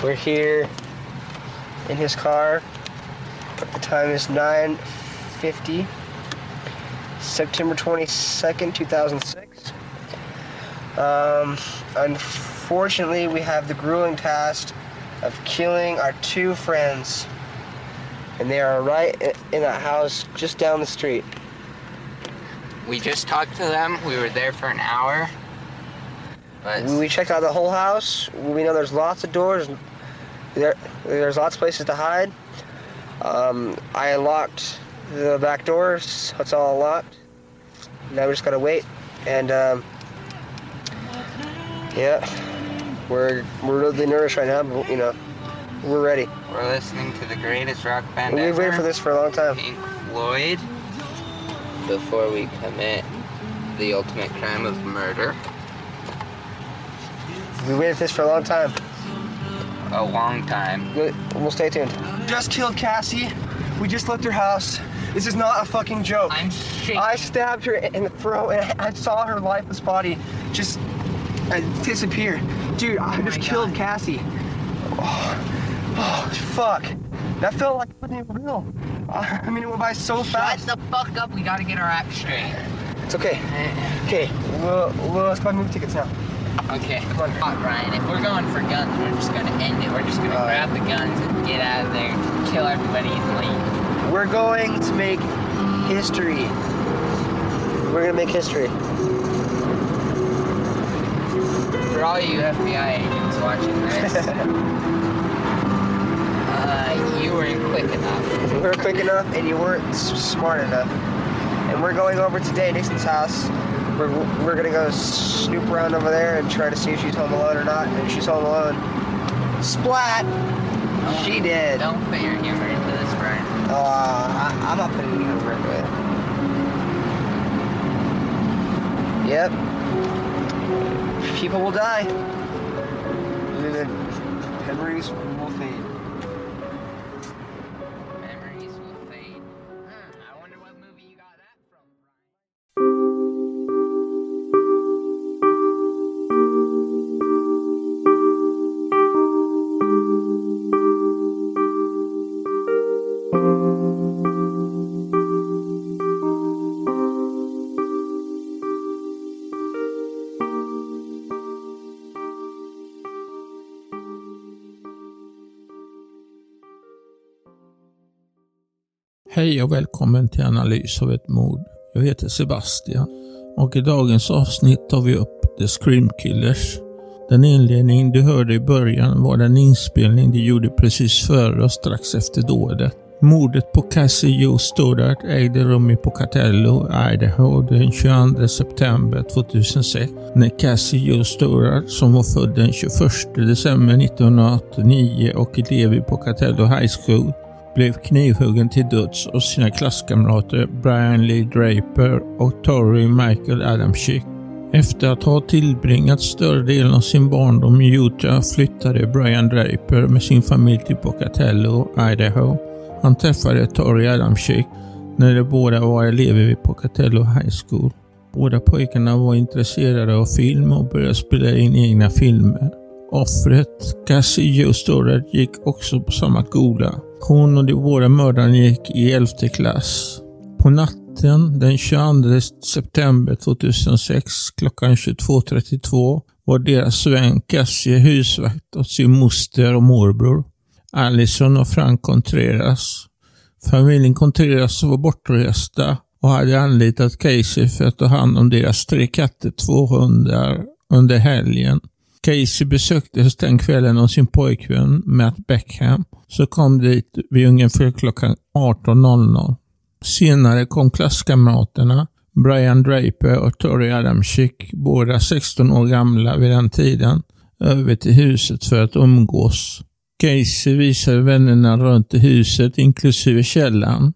We're here in his car. The time is 9:50, September 22nd, 2006. Unfortunately, we have the grueling task of killing our two friends. And they are right in a house just down the street. We just talked to them. We were there for an hour. But we checked out the whole house. We know there's lots of doors. There's lots of places to hide. I unlocked the back doors, so it's all locked. Now we just gotta wait. And yeah, we're really nervous right now, but you know, we're ready. We're listening to the greatest rock band ever. We've waited for this for a long time. Pink Floyd. Before we commit the ultimate crime of murder. We waited for this for a long time. A long time. We'll stay tuned. Just killed Cassie. We just left her house. This is not a fucking joke. I'm shaking. I stabbed her in the throat and I saw her lifeless body just disappear. Dude, I just killed Cassie. Oh, fuck. That felt like it wasn't even real. I mean, it went by so fast. Shut the fuck up. We gotta get our act straight. It's okay. Okay, let's buy movie tickets now. Okay. Come on, Ryan. If we're going for guns, we're just gonna end it. We're just gonna grab the guns and get out of there, kill everybody and leave. We're going to make history. We're gonna make history. For all you FBI agents watching this, you weren't quick enough. You weren't quick enough and you weren't smart enough. And we're going over today to Nixon's house. We're gonna go snoop around over there and try to see if she's home alone or not. And if she's home alone, splat! She did. Don't put your humor into this, Brian. I'm not putting any humor into it. Yep. People will die. And then memories will fade. Memories will fade. I wonder what movie you got that from, Hej och välkommen till analys av ett mord. Jag heter Sebastian och i dagens avsnitt tar vi upp The Scream Killers. Den inledning du hörde i början var den inspelning de gjorde precis före och strax efter dådet. Mordet på Cassie Jo Stoddard ägde rum i Pocatello, Idaho den 22 september 2006 när Cassie Jo Stoddard, som var född den 21 december 1989 och elev i Pocatello High School, blev knivhuggen till döds av sina klasskamrater Brian Lee Draper och Tori Michael Adamczyk. Efter att ha tillbringat större delen av sin barndom i Utah flyttade Brian Draper med sin familj till Pocatello, Idaho. Han träffade Tori Adamczyk när de båda var elever vid Pocatello High School. Båda pojkarna var intresserade av film och började spela in egna filmer. Offret, Cassie Jo Stoddard, gick också på samma skola. Hon och de båda mördarna gick i 11:e klass. På natten den 22 september 2006 klockan 22:32 var deras vän Cassie husvakt åt sin moster och morbror, Allison och Frank Contreras. Familjen Contreras var bortresta och hade anlitat Casey för att ta hand om deras 3 katter, 2 hundar under helgen. Casey besöktes den kvällen av sin pojkvän Matt Beckham, så kom dit vid ungefär klockan 18:00. Senare kom klasskamraterna Brian Draper och Tori Adamczyk, båda 16 år gamla vid den tiden, över till huset för att umgås. Casey visade vännerna runt i huset inklusive källaren.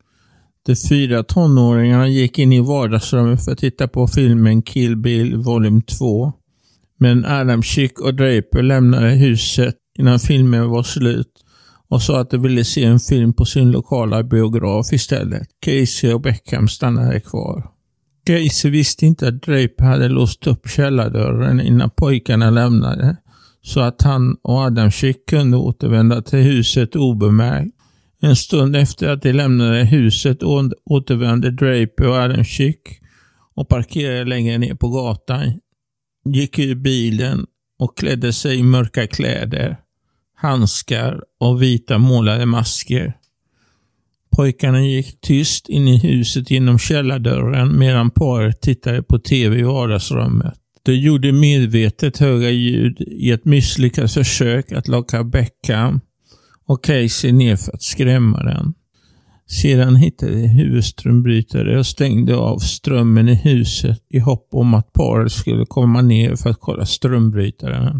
De 4 tonåringarna gick in i vardagsrummet för att titta på filmen Kill Bill Volume 2. Men Adamczyk och Draper lämnade huset innan filmen var slut och sa att de ville se en film på sin lokala biograf istället. Casey och Beckham stannade kvar. Casey visste inte att Draper hade låst upp källardörren innan pojkarna lämnade, så att han och Adam Schick kunde återvända till huset obemärkt. En stund efter att de lämnade huset återvände Draper och Adam Schick och parkerade längre ner på gatan, gick ur bilen och klädde sig i mörka kläder, handskar och vita målade masker. Pojkarna gick tyst in i huset genom källardörren medan paret tittade på tv i vardagsrummet. De gjorde medvetet höga ljud i ett misslyckat försök att locka Beckham och Casey ner för att skrämma den. Sedan hittade de huvudströmbrytare och stängde av strömmen i huset i hopp om att paret skulle komma ner för att kolla strömbrytaren.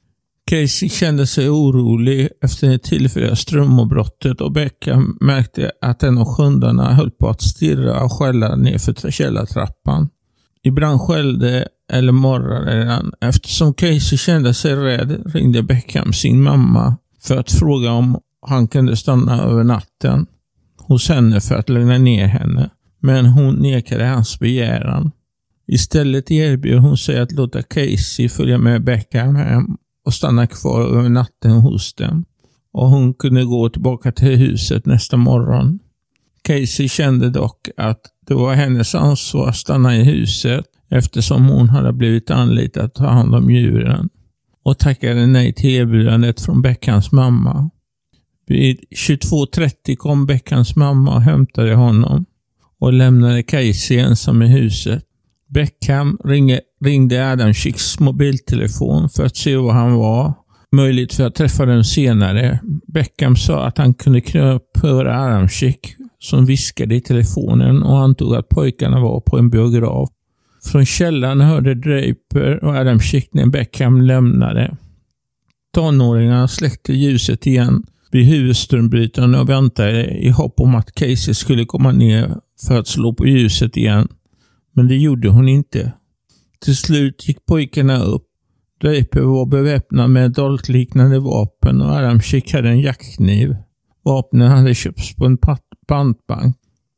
Casey kände sig orolig efter det tillfälliga strömavbrottet och Beckham märkte att en av sjundarna höll på att stirra och skälla ner för källartrappan. Ibland skällde eller morrade den. Eftersom Casey kände sig rädd ringde Beckham sin mamma för att fråga om han kunde stanna över natten hos henne för att lugna ner henne. Men hon nekade hans begäran. Istället erbjöd hon sig att låta Casey följa med Beckham hem och stanna kvar över natten hos dem. Och hon kunde gå tillbaka till huset nästa morgon. Casey kände dock att det var hennes ansvar att stanna i huset eftersom hon hade blivit anlitad att ta hand om djuren och tackade nej till erbjudandet från Beckhams mamma. Vid 22:30 kom Beckhams mamma och hämtade honom och lämnade Casey ensam i huset. Beckham ringde Adam Schicks mobiltelefon för att se var han var, möjligt för att träffa dem senare. Beckham sa att han kunde höra Adam Schick som viskade i telefonen och antog att pojkarna var på en biograf. Från källan hörde Draper och Adam Schick när Beckham lämnade. Tonåringarna släckte ljuset igen vid huvudströmbrytaren och väntade i hopp om att Casey skulle komma ner för att slå på ljuset igen. Men det gjorde hon inte. Till slut gick pojkarna upp. Draper var beväpnad med dolkliknande vapen och Adam Schick hade en jackkniv. Vapnen hade köpts på en pantbank.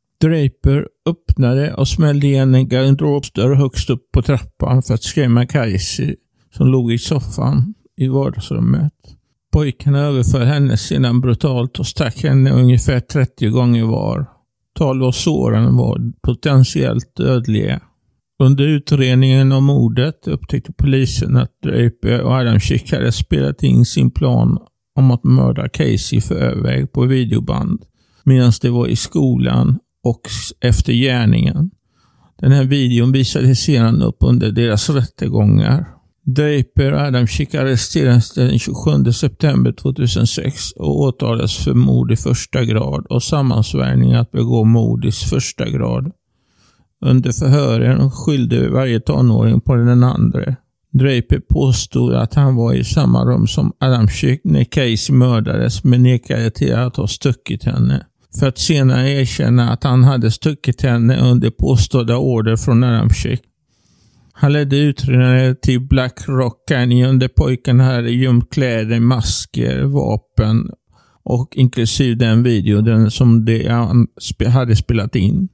Draper öppnade och smällde igen en garderobsdörr högst upp på trappan för att skrämma Casey som låg i soffan i vardagsrummet. Pojkarna överföll henne sedan brutalt och stack henne ungefär 30 gånger var. 12 av såren var potentiellt dödliga. Under utredningen om mordet upptäckte polisen att Draper och Adam Schick hade spelat in sin plan om att mörda Casey för förväg på videoband medan de var i skolan och efter gärningen. Den här videon visades sedan upp under deras rättegångar. Draper och Adam Schick arresterades den 27 september 2006 och åtalades för mord i första grad och sammansvärjning att begå mord i första grad. Under förhören skyllde varje tonåring på den andra. Draper påstod att han var i samma rum som Adam Schick när Casey mördades men nekade till att ha stuckit henne. För att senare erkänna att han hade stuckit henne under påstådda order från Adam Schick. Han ledde utredningen till Black Rock Canyon där pojkarna hade gömt kläder, masker, vapen och inklusive den video som de hade spelat in.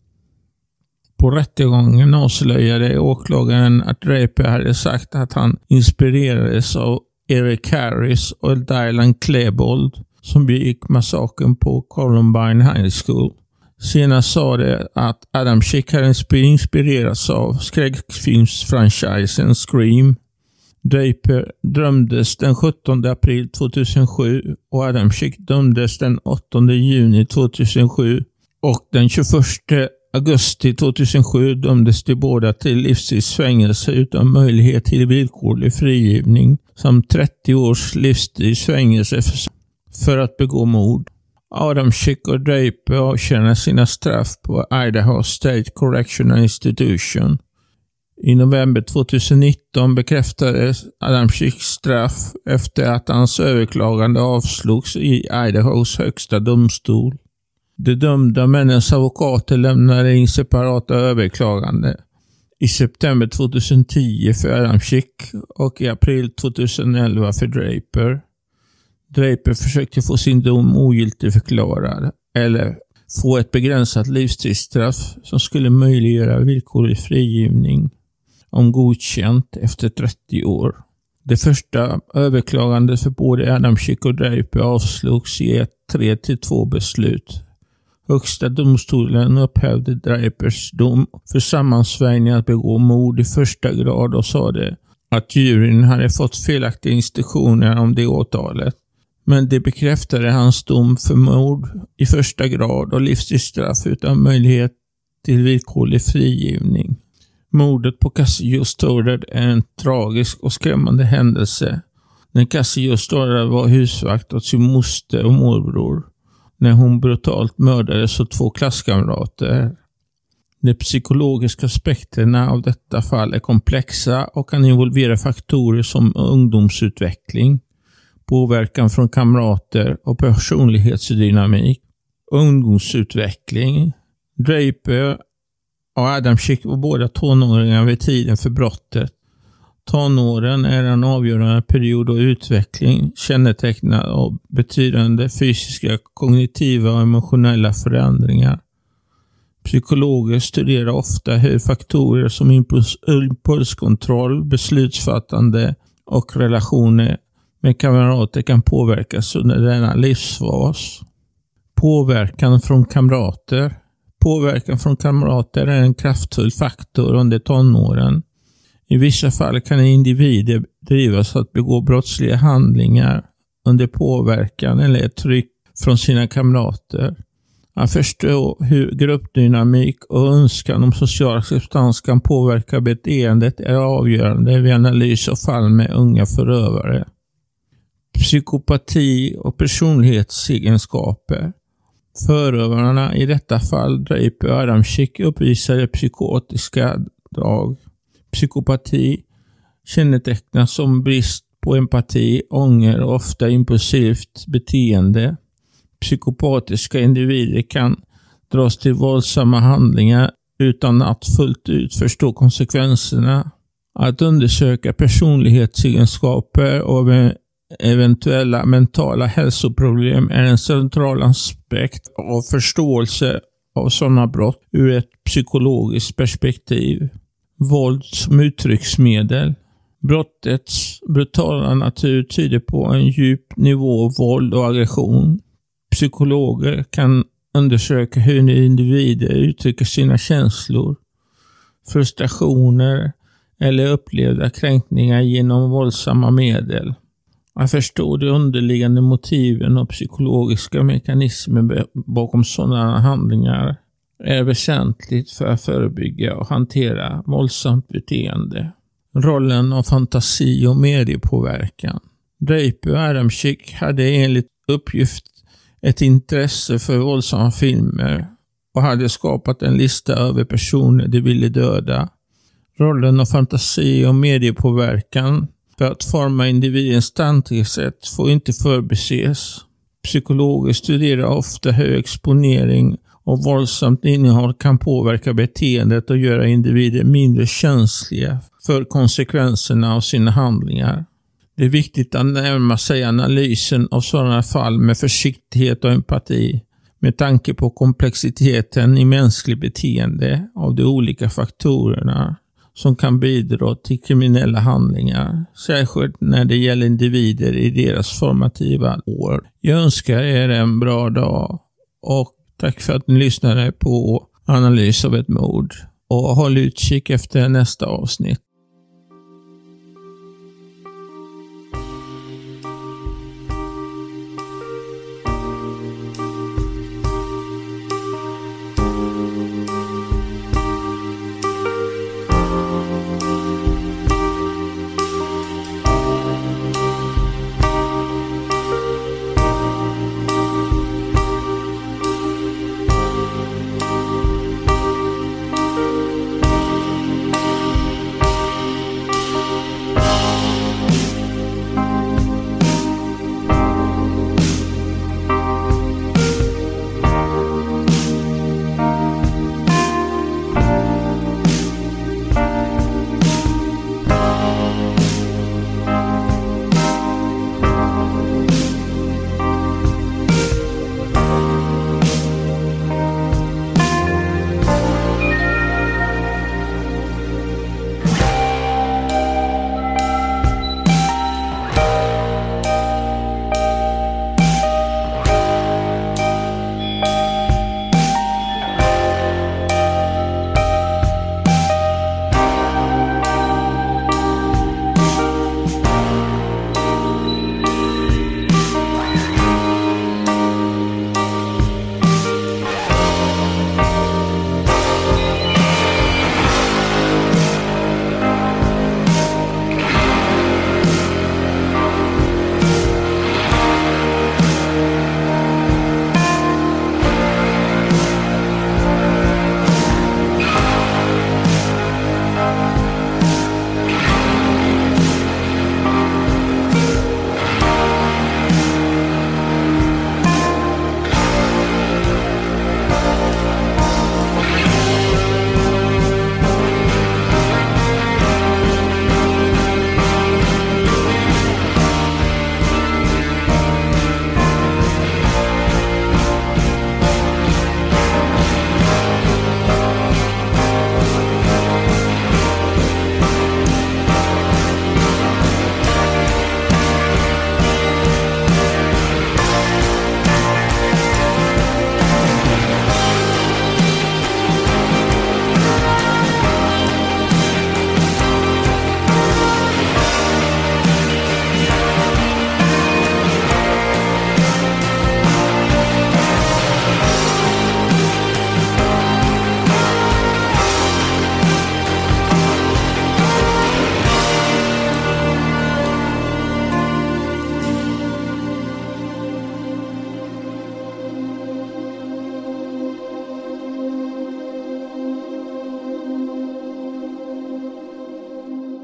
På rättegången avslöjade åklagaren att Draper hade sagt att han inspirerades av Eric Harris och Dylan Klebold som begick massakern på Columbine High School. Senast sa det att Adam Schick hade inspirerats av skräckfilmsfranchisen Scream. Draper dömdes den 17 april 2007 och Adam Schick dömdes den 8 juni 2007 och den 21 augusti 2007 dömdes de båda till livstidsfängelse utan möjlighet till villkorlig frigivning samt 30 års livstidsfängelse för att begå mord. Adam Schick och Draper avtjänar sina straff på Idaho State Correctional Institution. I november 2019 bekräftades Adam Schicks straff efter att hans överklagande avslogs i Idahos högsta domstol. De dömda männens advokater lämnade in separata överklagande i september 2010 för Adam Schick och i april 2011 för Draper. Draper försökte få sin dom ogiltig förklarad eller få ett begränsat livstidsstraff som skulle möjliggöra villkorlig frigivning om godkänt efter 30 år. Det första överklagandet för både Adamczyk och Draper avslogs i ett 3-2 beslut. Högsta domstolen upphävde Drapers dom för sammansvärjning att begå mord i första grad och sade att juryn hade fått felaktiga instruktioner om det åtalet. Men det bekräftade hans dom för mord i första grad och livstidsstraff utan möjlighet till villkorlig frigivning. Mordet på Cassio Stoddard är en tragisk och skrämmande händelse. När Cassio Stoddard var husvakt åt sin moster och morbror när hon brutalt mördades av 2 klasskamrater. De psykologiska aspekterna av detta fall är komplexa och kan involvera faktorer som ungdomsutveckling, påverkan från kamrater och personlighetsdynamik. Ungdomsutveckling. Draper och Adamczyk var båda tonåringar vid tiden för brottet. Tonåren är en avgörande period av utveckling kännetecknad av betydande fysiska, kognitiva och emotionella förändringar. Psykologer studerar ofta hur faktorer som impulskontroll, beslutsfattande och relationer med kamrater kan påverkas under denna livsfas. Påverkan från kamrater. Påverkan från kamrater är en kraftfull faktor under tonåren. I vissa fall kan individer drivas att begå brottsliga handlingar under påverkan eller ett tryck från sina kamrater. Att förstå hur gruppdynamik och önskan om social acceptans kan påverka beteendet är avgörande vid analys av fall med unga förövare. Psykopati och personlighetsegenskaper. Förövarna, i detta fall Draper och Adamczyk, uppvisade psykotiska drag. Psykopati kännetecknas som brist på empati, ånger och ofta impulsivt beteende. Psykopatiska individer kan dras till våldsamma handlingar utan att fullt ut förstå konsekvenserna. Att undersöka personlighetsegenskaper och eventuella mentala hälsoproblem är en central aspekt av förståelse av sådana brott ur ett psykologiskt perspektiv. Våld som uttrycksmedel. Brottets brutala natur tyder på en djup nivå av våld och aggression. Psykologer kan undersöka hur individer uttrycker sina känslor, frustrationer eller upplevda kränkningar genom våldsamma medel. Att förstå de underliggande motiven och psykologiska mekanismer bakom sådana handlingar är väsentligt för att förebygga och hantera våldsamt beteende. Rollen av fantasi och mediepåverkan. Draper och Adamczyk hade enligt uppgift ett intresse för våldsamma filmer och hade skapat en lista över personer de ville döda. Rollen av fantasi och mediepåverkan för att forma individens tankesätt får inte förbises. Psykologer studerar ofta hur exponering och våldsamt innehåll kan påverka beteendet och göra individer mindre känsliga för konsekvenserna av sina handlingar. Det är viktigt att närma sig analysen av sådana fall med försiktighet och empati med tanke på komplexiteten i mänskligt beteende av de olika faktorerna som kan bidra till kriminella handlingar, särskilt när det gäller individer i deras formativa år. Jag önskar er en bra dag och tack för att ni lyssnade på Analys av ett mord och håll utkik efter nästa avsnitt.